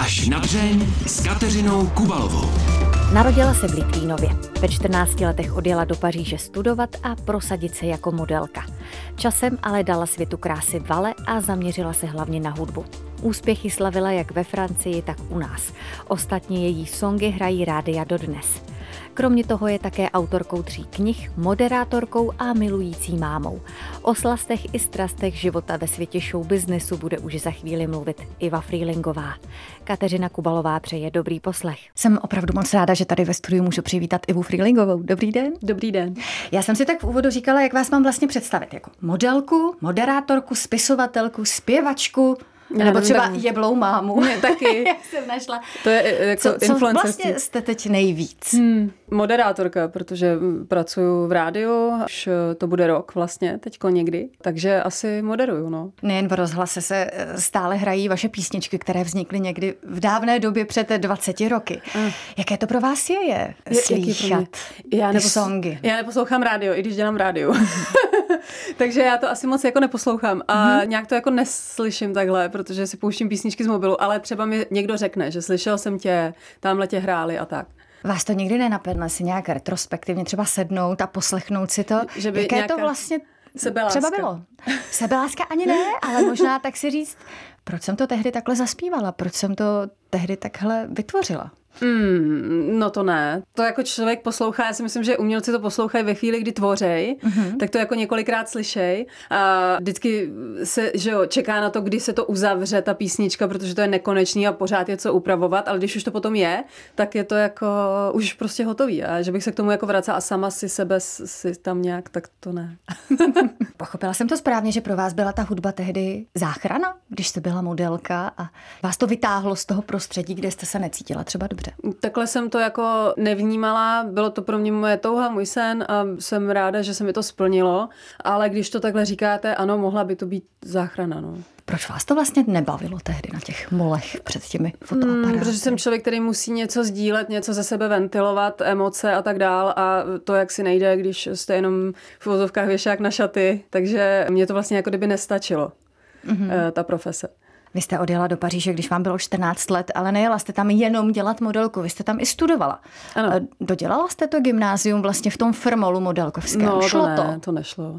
Až na dřeň s Kateřinou Kubalovou. Narodila se v Litvínově. Ve 14 letech odjela do Paříže studovat a prosadit se jako modelka. Časem ale dala světu krásy vale a zaměřila se hlavně na hudbu. Úspěchy slavila jak ve Francii, tak u nás. Ostatně její songy hrají rádia dodnes. Kromě toho je také autorkou 3 knih, moderátorkou a milující mámou. O slastech i strastech života ve světě showbiznesu bude už za chvíli mluvit Iva Frýlingová. Kateřina Kubalová přeje dobrý poslech. Jsem opravdu moc ráda, že tady ve studiu můžu přivítat Ivu Frýlingovou. Dobrý den. Dobrý den. Já jsem si tak v úvodu říkala, jak vás mám vlastně představit. Jako modelku, moderátorku, spisovatelku, zpěvačku, nebo třeba jeblou mámu. Mě taky. Jak jsem našla. To je jako co vlastně jste teď nejvíc? Moderátorka, protože pracuju v rádiu, už to bude rok vlastně, teďko někdy, takže asi moderuju, no. Nejen v rozhlase se stále hrají vaše písničky, které vznikly někdy v dávné době před 20 roky. Jaké to pro vás je slýchat ty songy? Já neposlouchám rádio, i když dělám rádio. Takže já to asi moc jako neposlouchám a nějak to jako neslyším takhle, protože si pouštím písničky z mobilu, ale třeba mi někdo řekne, že slyšel jsem tě, tamhle tě hráli a tak. Vás to nikdy nenapadne si nějak retrospektivně třeba sednout a poslechnout si to? Že by jaké to vlastně sebeláska. Třeba bylo? Sebeláska ani ne, ale možná tak si říct, proč jsem to tehdy takhle zaspívala, proč jsem to tehdy takhle vytvořila? No to ne. To jako člověk poslouchá, já si myslím, že umělci to poslouchají ve chvíli, kdy tvořej, tak to jako několikrát slyšej a vždycky se, že jo, čeká na to, kdy se to uzavře ta písnička, protože to je nekonečný a pořád je co upravovat, ale když už to potom je, tak je to jako už prostě hotový a že bych se k tomu jako vracela a sama si sebe si tam nějak, tak to ne. Pochopila jsem to správně, že pro vás byla ta hudba tehdy záchrana, když jste byla modelka a vás to vytáhlo z toho prostředí, kde jste se necítila třeba dobře. Takhle jsem to jako nevnímala, bylo to pro mě moje touha, můj sen a jsem ráda, že se mi to splnilo, ale když to takhle říkáte, ano, mohla by to být záchrana, no. Proč vás to vlastně nebavilo tehdy na těch molech před těmi fotoaparáty? Protože jsem člověk, který musí něco sdílet, něco ze sebe ventilovat, emoce a tak dál a to, jak si nejde, když jste jenom v uvozovkách věšák na šaty, takže mě to vlastně jako kdyby nestačilo, ta profese. Vy jste odjela do Paříže, když vám bylo 14 let, ale nejela jste tam jenom dělat modelku, vy jste tam i studovala. Ano. Dodělala jste to gymnázium vlastně v tom Frmolu modelkovském? No, Šlo to nešlo.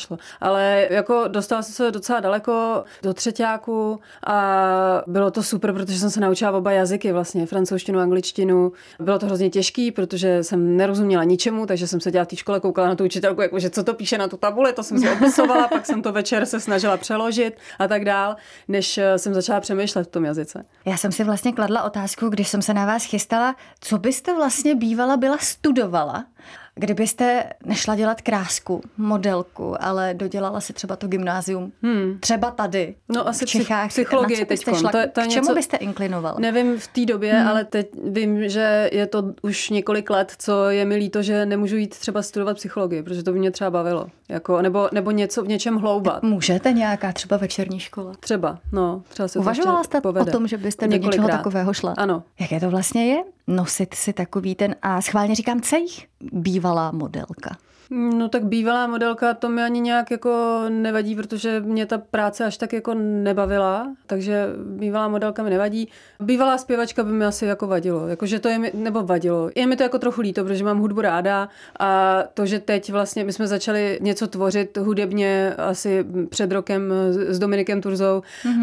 Ale jako dostala jsem se docela daleko do třeťáku a bylo to super, protože jsem se naučila oba jazyky vlastně, francouzštinu, angličtinu. Bylo to hrozně těžký, protože jsem nerozuměla ničemu, takže jsem se dělala v té škole, koukala na tu učitelku, jakože co to píše na tu tabuli, to jsem si opisovala, pak jsem to večer se snažila přeložit a tak dál, než jsem začala přemýšlet v tom jazyce. Já jsem si vlastně kladla otázku, když jsem se na vás chystala, co byste vlastně byla studovala, kdybyste nešla dělat krásku, modelku, ale dodělala si třeba to gymnázium, třeba tady, no, asi v Čechách. Psychologie teď. K čemu byste inklinovala? Nevím v té době, ale teď vím, že je to už několik let, co je mi líto, že nemůžu jít třeba studovat psychologii, protože to by mě třeba bavilo. Jako, nebo něco v něčem hloubat. Můžete nějaká třeba večerní škola? Třeba se uvažovala to jste povede. O tom, že byste do něčeho takového šla? Ano. Jaké to vlastně je? Nosit si takový ten, a schválně říkám cejch, bývalá modelka. No tak bývalá modelka, to mi ani nějak jako nevadí, protože mě ta práce až tak jako nebavila, takže bývalá modelka mi nevadí. Bývalá zpěvačka by mi asi jako vadilo, jakože to je mi, nebo vadilo. Je mi to jako trochu líto, protože mám hudbu ráda a to, že teď vlastně my jsme začali něco tvořit hudebně asi před rokem s Dominikem Turzou,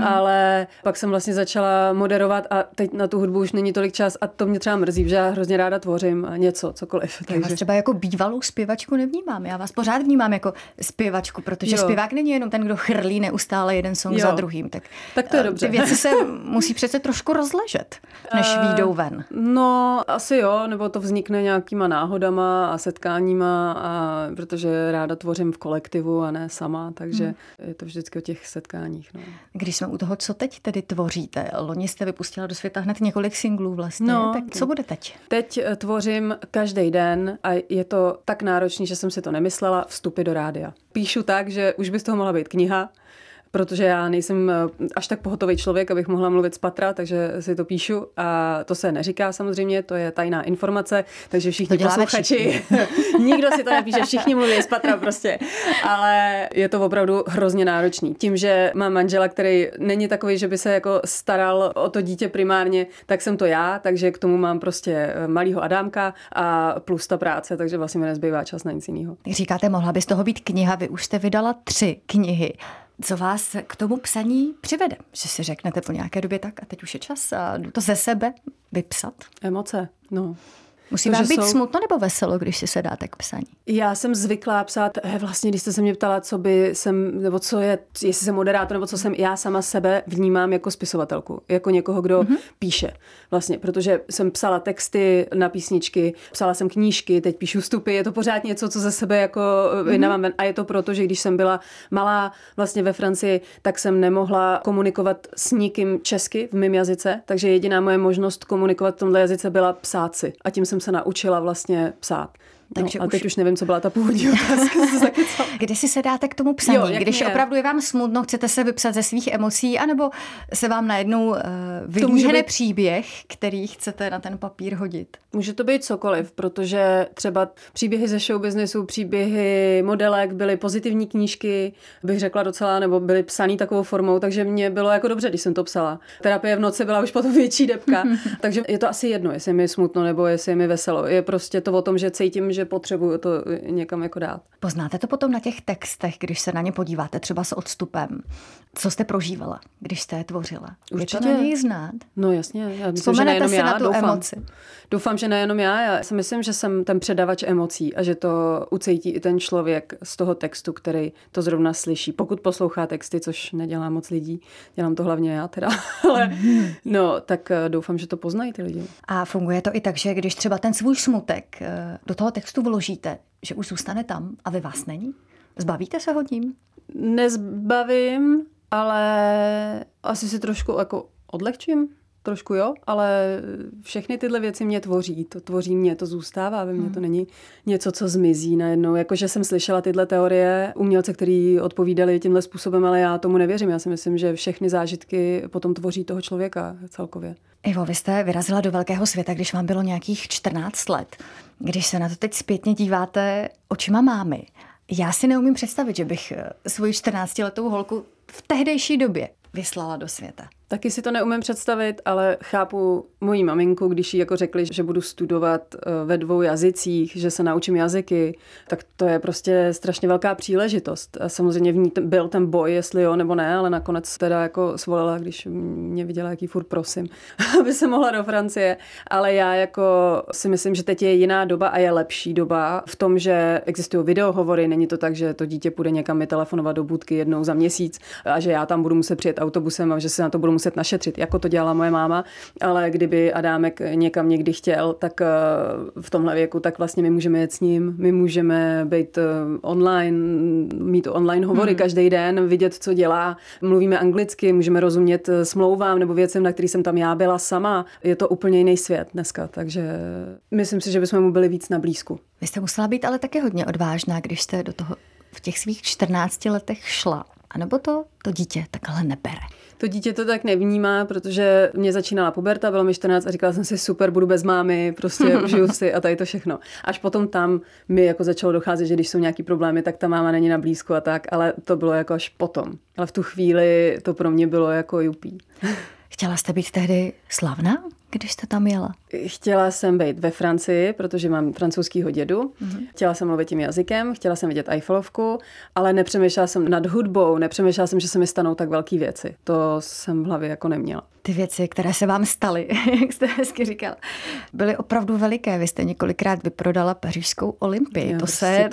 ale pak jsem vlastně začala moderovat a teď na tu hudbu už není tolik čas a to mě třeba mrzí, že já hrozně ráda tvořím a něco, cokoliv. Já vás třeba jako bývalou zpěvačku nevnímám. Já vás pořád vnímám jako zpěvačku, protože zpěvák není jenom ten, kdo chrlí neustále jeden song za druhým. Tak to je dobře. Ty věci se musí přece trošku rozležet, než výjdou ven. No, asi jo, nebo to vznikne nějakýma náhodama a setkáníma, protože ráda tvořím v kolektivu a ne sama, takže je to vždycky o těch setkáních. No. Když jsme u toho, co teď tedy tvoříte? Loni jste vypustila do světa hned několik singlů vlastně, tak co bude teď? Teď tvořím každý den a je to tak náročný, že jsem si to nemyslela, vstupy do rádia. Píšu tak, že už by z toho mohla být kniha, protože já nejsem až tak pohotový člověk, abych mohla mluvit z patra, takže si to píšu a to se neříká samozřejmě, to je tajná informace, takže všichni posluchači, nikdo si to nepíše, všichni mluví z patra prostě, ale je to opravdu hrozně náročný. Tím, že mám manžela, který není takový, že by se jako staral o to dítě primárně, tak jsem to já, takže k tomu mám prostě malýho Adámka a plus ta práce, takže vlastně mi nezbývá čas na nic jiného. Říkáte, mohla by z toho být kniha, vy už jste vydala 3 knihy. Co vás k tomu psaní přivede? Že si řeknete po nějaké době tak a teď už je čas a to ze sebe vypsat? Emoce, no. Musí vám být smutno nebo veselo, když si sedáte k psaní? Já jsem zvyklá psát, vlastně když jste se mě ptala, co by jsem, nebo co je, jestli jsem moderátor, nebo co jsem, já sama sebe vnímám jako spisovatelku, jako někoho, kdo píše. Vlastně, protože jsem psala texty na písničky, psala jsem knížky, teď píšu vstupy, je to pořád něco, co ze sebe jako vydávám ven. A je to proto, že když jsem byla malá vlastně ve Francii, tak jsem nemohla komunikovat s nikým česky v mém jazyce, takže jediná moje možnost komunikovat v tomhle jazyce byla psát si. A tím jsem se naučila vlastně psát. Takže no, a teď už nevím, co byla ta původní otázka. Kdy si se dáte k tomu psaní? Když opravdu je vám smutno, chcete se vypsat ze svých emocí, anebo se vám najednou vylíhne příběh, který chcete na ten papír hodit? Může to být cokoliv, protože třeba příběhy ze showbiznesu, příběhy modelek byly pozitivní knížky, bych řekla docela, nebo byly psaný takovou formou, takže mě bylo jako dobře, když jsem to psala. Terapie v noci byla už potom větší debka, takže je to asi jedno, jestli je mi smutno nebo jestli je mi veselo. Je prostě to o tom, že cítím, že potřebuju to někam jako dát. Poznáte to potom na těch textech, když se na ně podíváte třeba s odstupem? Co jste prožívala, když jste je tvořila? Určitě. Je to na něj znát? No jasně. Já myslím, že nejenom já, na tu emoci. Doufám, že nejenom já si myslím, že jsem ten předavač emocí a že to ucítí i ten člověk z toho textu, který to zrovna slyší. Pokud poslouchá texty, což nedělá moc lidí, dělám to hlavně já teda, ale no, tak doufám, že to poznají ty lidi. A funguje to i tak, že když třeba ten svůj smutek do toho textu vložíte, že už zůstane tam a ve vás není? Zbavíte se ho tím? Nezbavím, ale asi si trošku jako odlehčím. Trošku jo, ale všechny tyhle věci mě tvoří. To tvoří mě, to zůstává ve mně. To není něco, co zmizí najednou. Jakože jsem slyšela tyhle teorie umělce, který odpovídali tímhle způsobem, ale já tomu nevěřím. Já si myslím, že všechny zážitky potom tvoří toho člověka celkově. Ivo, vy jste vyrazila do velkého světa, když vám bylo nějakých 14 let. Když se na to teď zpětně díváte očima mámy, já si neumím představit, že bych svoji 14letou holku v tehdejší době vyslala do světa. Taky si to neumím představit, ale chápu moji maminku, když jí jako řekli, že budu studovat ve 2 jazycích, že se naučím jazyky, tak to je prostě strašně velká příležitost. A samozřejmě v ní byl ten boj, jestli jo nebo ne, ale nakonec teda jako svolila, když mě viděla, jaký furt prosím, aby se mohla do Francie. Ale já jako si myslím, že teď je jiná doba a je lepší doba v tom, že existují videohovory, není to tak, že to dítě půjde někam mi telefonovat do budky jednou za měsíc a že já tam budu muset přijet autobusem a že se na to budu muset našetřit, jako to dělala moje máma, ale kdyby Adámek někam někdy chtěl, tak v tomhle věku, tak vlastně my můžeme jet s ním, my můžeme být online, mít online hovory každý den, vidět, co dělá, mluvíme anglicky, můžeme rozumět smlouvám nebo věcem, na který jsem tam já byla sama. Je to úplně jiný svět dneska, takže myslím si, že bychom mu byli víc na blízku. Vy jste musela být ale taky hodně odvážná, když jste do toho v těch svých 14 letech šla. A nebo to dítě takhle nebere? To dítě to tak nevnímá, protože mě začínala puberta, bylo mi 14 a říkala jsem si super, budu bez mámy, prostě užiju si a tady to všechno. Až potom tam mi jako začalo docházet, že když jsou nějaký problémy, tak ta máma není na blízku a tak, ale to bylo jako až potom. Ale v tu chvíli to pro mě bylo jako jupí. Chtěla jste být tehdy slavná, když jste tam jela? Chtěla jsem být ve Francii, protože mám francouzskýho dědu. Chtěla jsem mluvit tím jazykem, chtěla jsem vidět Eiffelovku, ale nepřemýšlela jsem nad hudbou, nepřemýšlela jsem, že se mi stanou tak velké věci. To jsem v hlavě jako neměla. Ty věci, které se vám staly, jak jste hezky říkal, byly opravdu veliké. Vy jste několikrát vyprodala pařížskou Olympii. Jo, to se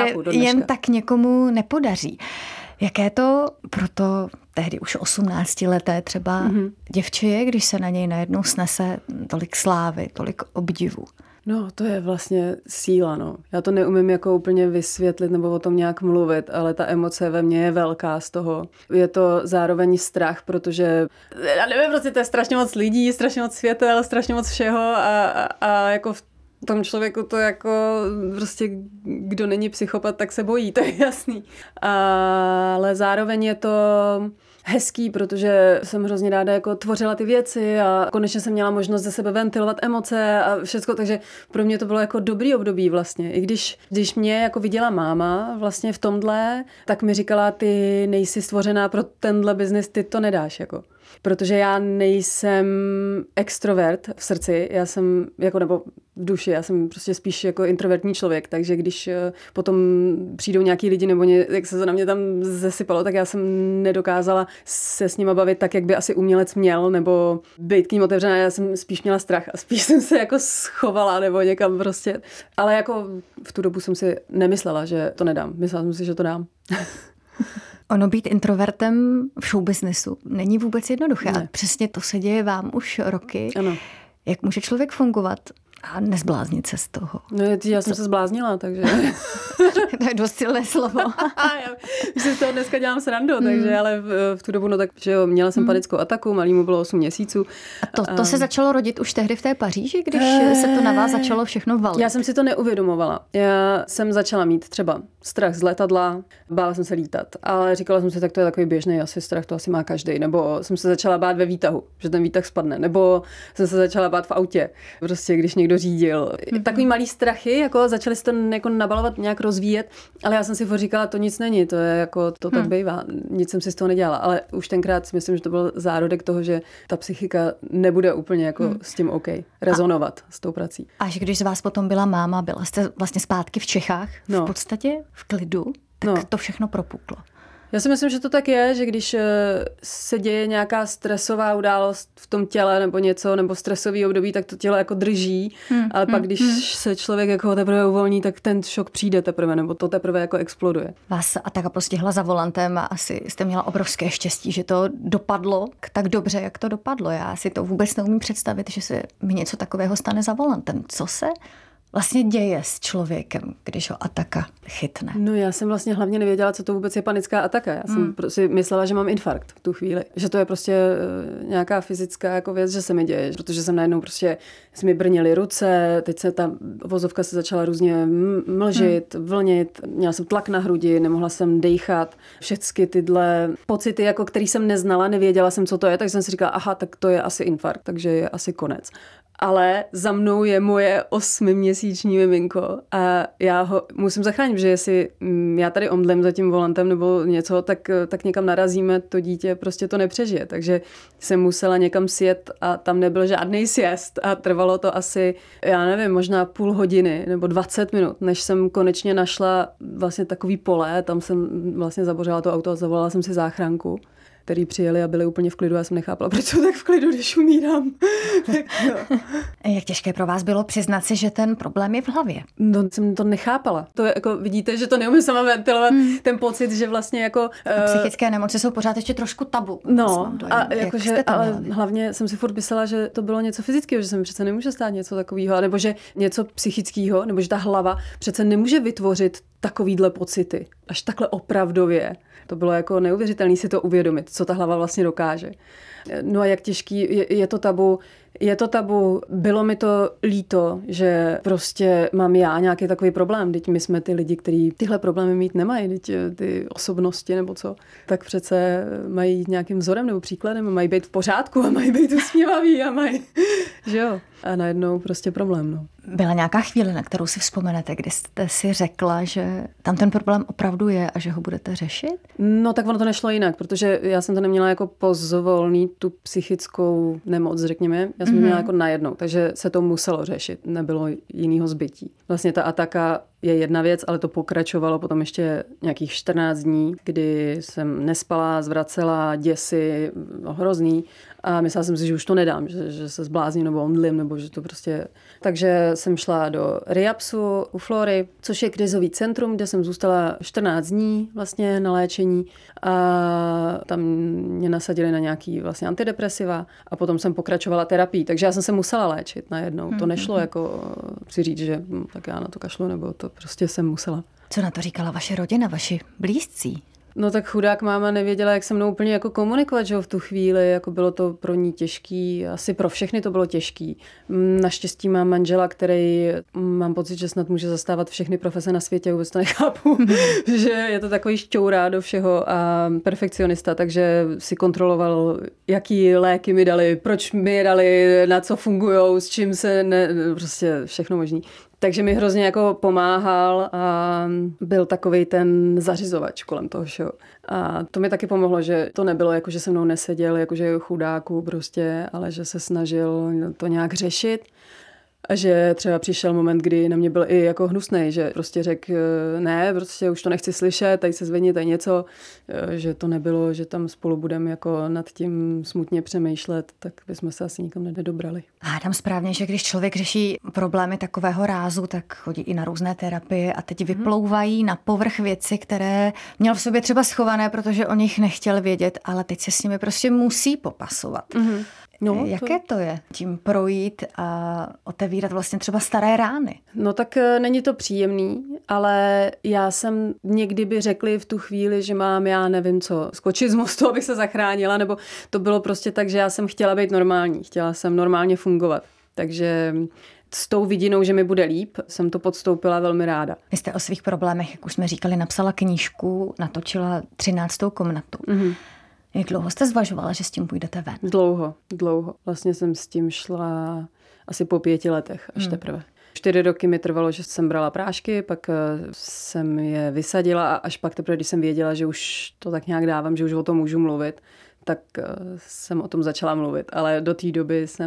jen tak někomu nepodaří. Jaké to proto tehdy už 18leté třeba děvče je, když se na něj najednou snese tolik slávy, tolik obdivu? No, to je vlastně síla, no. Já to neumím jako úplně vysvětlit nebo o tom nějak mluvit, ale ta emoce ve mně je velká z toho. Je to zároveň strach, protože, já nevím, prostě to je strašně moc lidí, strašně moc světel, strašně moc všeho a jako Tom člověku to jako prostě, kdo není psychopat, tak se bojí, to je jasný. Ale zároveň je to hezký, protože jsem hrozně ráda jako tvořila ty věci a konečně jsem měla možnost ze sebe ventilovat emoce a všecko, takže pro mě to bylo jako dobrý období vlastně. I když mě jako viděla máma vlastně v tomhle, tak mi říkala, ty nejsi stvořená pro tenhle biznis, ty to nedáš jako. Protože já nejsem extrovert v srdci, já jsem jako nebo v duši, já jsem prostě spíš jako introvertní člověk, takže když potom přijdou nějaký lidi nebo jak se to na mě tam zesypalo, tak já jsem nedokázala se s nima bavit tak, jak by asi umělec měl, nebo být k ním otevřená, já jsem spíš měla strach a spíš jsem se jako schovala nebo někam prostě. Ale jako v tu dobu jsem si nemyslela, že to nedám. Myslela jsem si, že to dám. Ono být introvertem v showbiznesu není vůbec jednoduché. Ne. A přesně to se děje vám už roky. Ano. Jak může člověk fungovat a nezbláznit se z toho? No, já jsem se zbláznila, takže... To je dost silné slovo. Já si z toho dneska dělám srandu, takže ale v tu dobu, no tak, že jo, měla jsem panickou ataku, malýmu bylo 8 měsíců. A to se začalo rodit už tehdy v té Paříži, když se to na vás začalo všechno valit? Já jsem si to neuvědomovala. Já jsem začala mít třeba strach z letadla, bála jsem se lítat, ale říkala jsem si, tak to je takový běžný asi strach, to asi má každý. Nebo jsem se začala bát ve výtahu, že ten výtah spadne, nebo jsem se začala bát v autě, prostě když někdo řídil. Takový malý strachy, jako začaly se to jako nabalovat, nějak rozvíjet, ale já jsem si říkala, to nic není, to je jako, to tak bývá, nic jsem si z toho nedělala, ale už tenkrát si myslím, že to byl zárodek toho, že ta psychika nebude úplně jako s tím OK, rezonovat s tou prací. Až když z vás potom byla máma, byla jste vlastně zpátky v Čechách, v podstatě v klidu, tak to všechno propuklo. Já si myslím, že to tak je, že když se děje nějaká stresová událost v tom těle nebo něco, nebo stresový období, tak to tělo jako drží, ale pak když se člověk jako teprve uvolní, tak ten šok přijde teprve, nebo to teprve jako exploduje. Vás Ataka postihla za volantem a asi jste měla obrovské štěstí, že to dopadlo tak dobře, jak to dopadlo. Já si to vůbec neumím představit, že se mi něco takového stane za volantem. Co se vlastně děje s člověkem, když ho ataka chytne? No já jsem vlastně hlavně nevěděla, co to vůbec je panická ataka. Já jsem si myslela, že mám infarkt v tu chvíli. Že to je prostě nějaká fyzická jako věc, že se mi děje. Protože jsem najednou prostě, se mi brněly ruce, teď se ta vozovka se začala různě mlžit, vlnit. Měla jsem tlak na hrudi, nemohla jsem dejchat. Všechny tyhle pocity, jako který jsem neznala, nevěděla jsem, co to je, tak jsem si říkala, aha, tak to je asi infarkt, takže je asi konec. Ale za mnou je moje 8měsíční miminko a já ho musím zachránit, že jestli já tady omdlím za tím volantem nebo něco, tak někam narazíme, to dítě prostě to nepřežije. Takže jsem musela někam sjet a tam nebyl žádný sjezd a trvalo to asi, já nevím, možná půl hodiny nebo 20 minut, než jsem konečně našla vlastně takový pole, tam jsem vlastně zabořila to auto a zavolala jsem si záchranku, který přijeli a byli úplně v klidu. Já jsem nechápala, proč jsou tak v klidu, když umírám. Jak těžké pro vás bylo přiznat si, že ten problém je v hlavě? No, jsem to nechápala. To je jako, vidíte, že to neumím sama ventilovat, ten pocit, že vlastně jako... Psychické nemoci jsou pořád ještě trošku tabu. No, a jakože, ale hlavně jsem si furt myslela, že to bylo něco fyzického, že se mi přece nemůže stát něco takového, nebo že něco psychického, nebo že ta hlava přece nemůže vytvořit takovýhle pocity. Až takhle opravdově. To bylo jako neuvěřitelné si to uvědomit, co ta hlava vlastně dokáže. No a jak těžký je to tabu. Je to tabu, bylo mi to líto, že prostě mám já nějaký takový problém. Teď my jsme ty lidi, kteří tyhle problémy mít nemají, teď ty osobnosti nebo co, tak přece mají jít nějakým vzorem nebo příkladem a mají být v pořádku a mají být usměvaví a mají, že jo. A najednou prostě problém, no. Byla nějaká chvíle, na kterou si vzpomenete, kdy jste si řekla, že tam ten problém opravdu je a že ho budete řešit? No tak ono to nešlo jinak, protože já jsem to neměla jako pozvolný, tu psychickou nemoc, řekněme. Já jsem to měla jako najednou, takže se to muselo řešit, nebylo jinýho zbytí. Vlastně ta ataka je jedna věc, ale to pokračovalo potom ještě nějakých 14 dní, kdy jsem nespala, zvracela, děsi, hrozný. A myslela jsem si, že už to nedám, že se zblázním nebo omdlím, nebo že to prostě... Takže jsem šla do Riapsu u Flory, což je krizový centrum, kde jsem zůstala 14 dní vlastně na léčení a tam mě nasadili na nějaký vlastně antidepresiva a potom jsem pokračovala terapii, takže já jsem se musela léčit najednou. To nešlo jako si říct, že tak já na to kašlu, nebo to prostě jsem musela. Co na to říkala vaše rodina, vaši blízcí? No tak chudák máma nevěděla, jak se mnou úplně jako komunikovat, že jo, v tu chvíli, jako bylo to pro ní těžký, asi pro všechny to bylo těžký. Naštěstí mám manžela, který mám pocit, že snad může zastávat všechny profese na světě, vůbec to nechápu, že je to takový šťourá do všeho a perfekcionista, takže si kontroloval, jaký léky mi dali, proč mi je dali, na co fungujou, s čím se prostě všechno možný. Takže mi hrozně jako pomáhal a byl takovej ten zařizovač kolem toho všeho. A to mi taky pomohlo, že to nebylo jako, že se mnou neseděl, jakože chudáku prostě, ale že se snažil to nějak řešit. A že třeba přišel moment, kdy na mě byl i jako hnusnej, že prostě řekl, ne, prostě už to nechci slyšet, tady se zvedni, tady něco, že to nebylo, že tam spolu budeme jako nad tím smutně přemýšlet, tak bychom se asi nikam nedobrali. Hádám správně, že když člověk řeší problémy takového rázu, tak chodí i na různé terapie a teď vyplouvají na povrch věci, které měl v sobě třeba schované, protože o nich nechtěl vědět, ale teď se s nimi prostě musí popasovat. No, jaké to je tím projít a otevírat vlastně třeba staré rány? No tak není to příjemný, ale já jsem někdy by řekli v tu chvíli, že mám, já nevím co, skočit z mostu, abych se zachránila, nebo to bylo prostě tak, že já jsem chtěla být normální, chtěla jsem normálně fungovat. Takže s tou vidinou, že mi bude líp, jsem to podstoupila velmi ráda. Vy jste o svých problémech, jak už jsme říkali, napsala knížku, natočila 13. komnatu. Jak dlouho jste zvažovala, že s tím půjdete ven? Dlouho. Vlastně jsem s tím šla asi po 5 letech až teprve. 4 roky mi trvalo, že jsem brala prášky, pak jsem je vysadila a až pak teprve, když jsem věděla, že už to tak nějak dávám, že už o tom můžu mluvit, tak jsem o tom začala mluvit. Ale do té doby jsem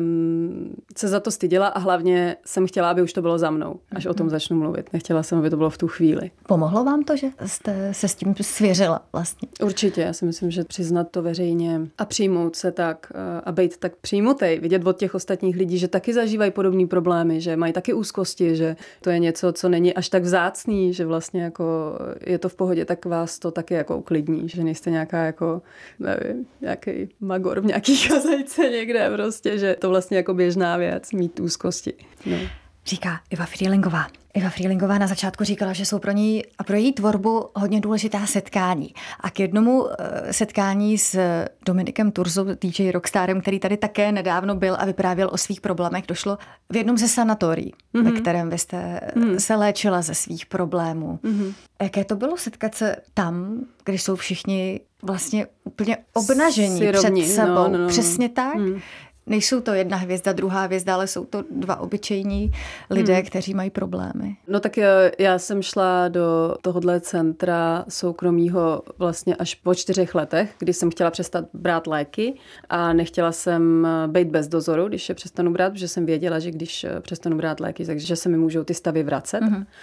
se za to styděla a hlavně jsem chtěla, aby už to bylo za mnou, až o tom začnu mluvit. Nechtěla jsem, aby to bylo v tu chvíli. Pomohlo vám to, že jste se s tím svěřila vlastně? Určitě, já si myslím, že přiznat to veřejně a přijmout se tak a být tak přijmutej, vidět od těch ostatních lidí, že taky zažívají podobné problémy, že mají taky úzkosti, že to je něco, co není až tak vzácný, že vlastně jako je to v pohodě, tak vás to taky jako uklidní, že nejste nějaká jako, nevím, nějaký magor v nějaký kazajce někde prostě, že to vlastně jako běžná věc, mít úzkosti. No. Říká Iva Frýlingová. Iva Frýlingová na začátku říkala, že jsou pro ní a pro její tvorbu hodně důležitá setkání. A k jednomu setkání s Dominikem Turzou, DJ Rockstarem, který tady také nedávno byl a vyprávěl o svých problémech, došlo v jednom ze sanatorií, ve kterém vy jste se léčila ze svých problémů. Jaké to bylo setkat se tam, když jsou všichni vlastně úplně obnažení před sebou? No. Přesně tak? Nejsou to jedna hvězda, druhá hvězda, ale jsou to 2 obyčejní lidé, kteří mají problémy. No tak já jsem šla do tohohle centra soukromého vlastně až po 4 letech, kdy jsem chtěla přestat brát léky a nechtěla jsem být bez dozoru, když je přestanu brát, protože jsem věděla, že když přestanu brát léky, takže se mi můžou ty stavy vracet.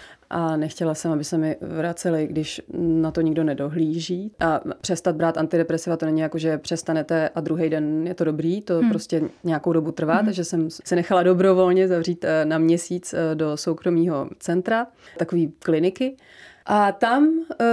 A nechtěla jsem, aby se mi vracely, když na to nikdo nedohlíží. A přestat brát antidepresiva, to není jako, že přestanete a druhý den je to dobrý, to prostě nějakou dobu trvá, takže jsem se nechala dobrovolně zavřít na měsíc do soukromého centra, takový kliniky. A tam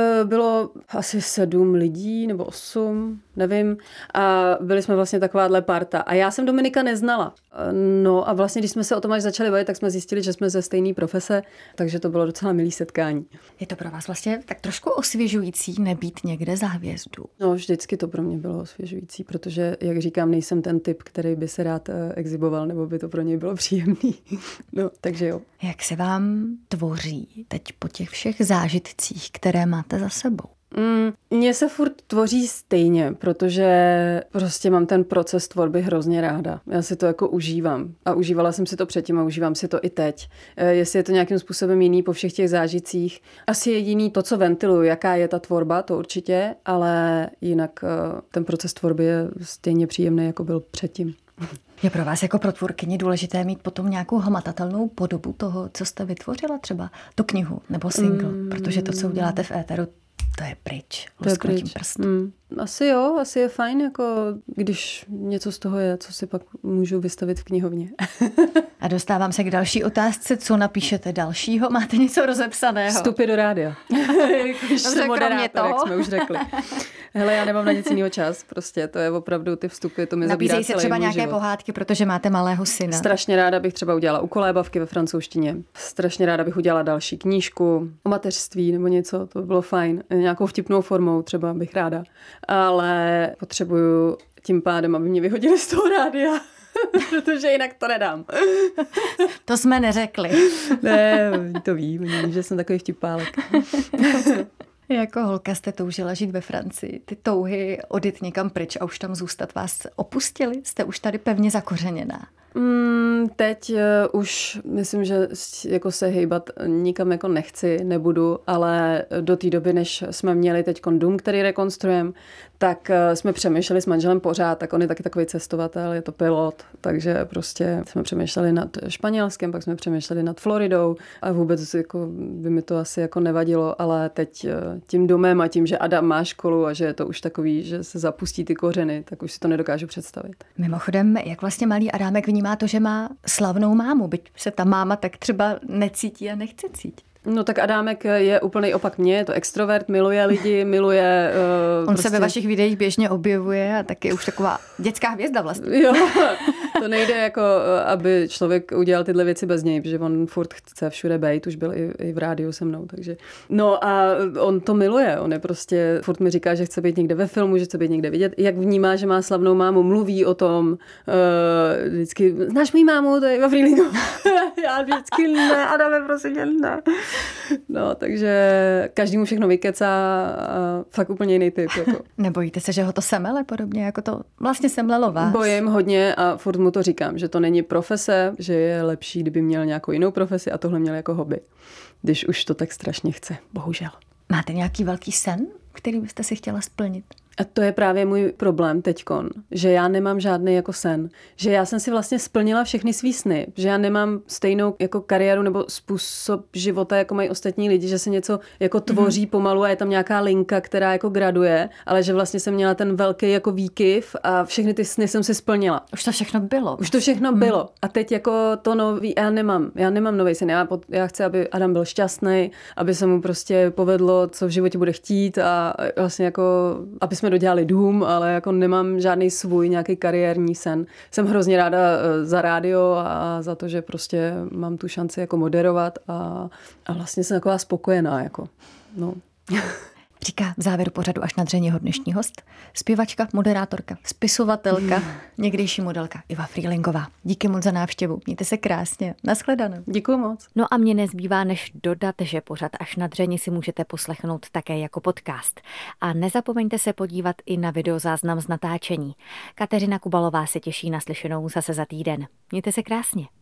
bylo asi 7 lidí nebo 8, nevím. A byli jsme vlastně takováhle parta. A já jsem Dominika neznala. No a vlastně, když jsme se o tom až začali bavit, tak jsme zjistili, že jsme ze stejné profese, takže to bylo docela milý setkání. Je to pro vás vlastně tak trošku osvěžující nebýt někde za hvězdu? No vždycky to pro mě bylo osvěžující, protože, jak říkám, nejsem ten typ, který by se rád exiboval, nebo by to pro něj bylo příjemný. No, takže jo. Jak se vám tvoří teď po těch všech zážitcích, které máte za sebou? Mně se furt tvoří stejně, protože prostě mám ten proces tvorby hrozně ráda. Já si to jako užívám. A užívala jsem si to předtím a užívám si to i teď. Jestli je to nějakým způsobem jiný po všech těch zážitcích. Asi jediný to, co ventiluju, jaká je ta tvorba, to určitě, ale jinak ten proces tvorby je stejně příjemný, jako byl předtím. Je pro vás jako pro tvůrkyni důležité mít potom nějakou hmatatelnou podobu toho, co jste vytvořila, třeba tu knihu nebo single, protože to, co uděláte v éteru, to je pryč. Lusknutím prstu. Asi jo, asi je fajn, jako když něco z toho je, co si pak můžu vystavit v knihovně. A dostávám se k další otázce. Co napíšete dalšího? Máte něco rozepsaného? Vstupy do rádia. Když jsem moderátor, jak jsme už řekli. Hele, já nemám na nic jiného čas, prostě to je opravdu ty vstupy, to mi zabírá Nabízejí se celý třeba můj nějaké život. pohádky, protože máte malého syna. Strašně ráda bych třeba udělala ukolébavky ve francouzštině. Strašně ráda bych udělala další knížku o mateřství nebo něco, to by bylo fajn. Nějakou vtipnou formou třeba bych ráda. Ale potřebuju tím pádem, aby mě vyhodili z toho rádia. Protože jinak to nedám. To jsme neřekli. Ne, to ví, že jsem takový vtipálek. Jako holka jste toužila žít ve Francii. Ty touhy odjet někam pryč a už tam zůstat vás opustily? Jste už tady pevně zakořeněná? Teď už myslím, že jako se hejbat nikam jako nechci, nebudu, ale do té doby, než jsme měli teď dům, který rekonstruujeme, tak jsme přemýšleli s manželem pořád, tak on je taky takový cestovatel, je to pilot, takže prostě jsme přemýšleli nad Španělskem, pak jsme přemýšleli nad Floridou a vůbec jako by mi to asi jako nevadilo, ale teď tím domem a tím, že Adam má školu a že je to už takový, že se zapustí ty kořeny, tak už si to nedokážu představit. Mimochodem, jak vlastně malý Adámek vnímá to, že má slavnou mámu, byť se ta máma tak třeba necítí a nechce cítit? No tak Adámek je úplný opak mě, je to extrovert, miluje lidi, miluje... On se ve vašich videích běžně objevuje a tak je už taková dětská hvězda vlastně. Jo, to nejde jako, aby člověk udělal tyhle věci bez něj, protože on furt chce všude bejt, už byl i v rádiu se mnou, takže... No a on to miluje, on je prostě, furt mi říká, že chce být někde ve filmu, že chce být někde vidět, jak vnímá, že má slavnou mámu, mluví o tom, vždycky, znáš můj mámu, to je Eva Frýlingová. Já vždycky ne, Adame, prosím tě, ne. No, takže každý mu všechno vykecá a fakt úplně jiný typ. Jako. Nebojíte se, že ho to semele podobně, jako to vlastně semlelo vás? Bojím hodně a furt mu to říkám, že to není profese, že je lepší, kdyby měl nějakou jinou profesi a tohle měl jako hobby. Když už to tak strašně chce, bohužel. Máte nějaký velký sen, který byste si chtěla splnit? A to je právě můj problém teďkon, že já nemám žádný jako sen. Že já jsem si vlastně splnila všechny svý sny, že já nemám stejnou jako kariéru nebo způsob života, jako mají ostatní lidi, že se něco jako tvoří pomalu a je tam nějaká linka, která jako graduje, ale že vlastně jsem měla ten velký jako výkyv a všechny ty sny jsem si splnila. Už to všechno bylo. Už to všechno bylo. A teď jako to nový, já nemám nový sen. Já chci, aby Adam byl šťastný, aby se mu prostě povedlo, co v životě bude chtít a vlastně jako, aby jsme dodělali dům, ale jako nemám žádný svůj nějaký kariérní sen. Jsem hrozně ráda za rádio a za to, že prostě mám tu šanci jako moderovat a vlastně jsem taková spokojená. Jako. No. Říká v závěru pořadu Až na dřeň jeho dnešní host, zpěvačka, moderátorka, spisovatelka, někdejší modelka Eva Frýlingová. Díky moc za návštěvu. Mějte se krásně. Naschledanou. Děkuju moc. No a mně nezbývá než dodat, že pořad Až na dřeň si můžete poslechnout také jako podcast. A nezapomeňte se podívat i na videozáznam z natáčení. Kateřina Kubalová se těší na slyšenou zase za týden. Mějte se krásně.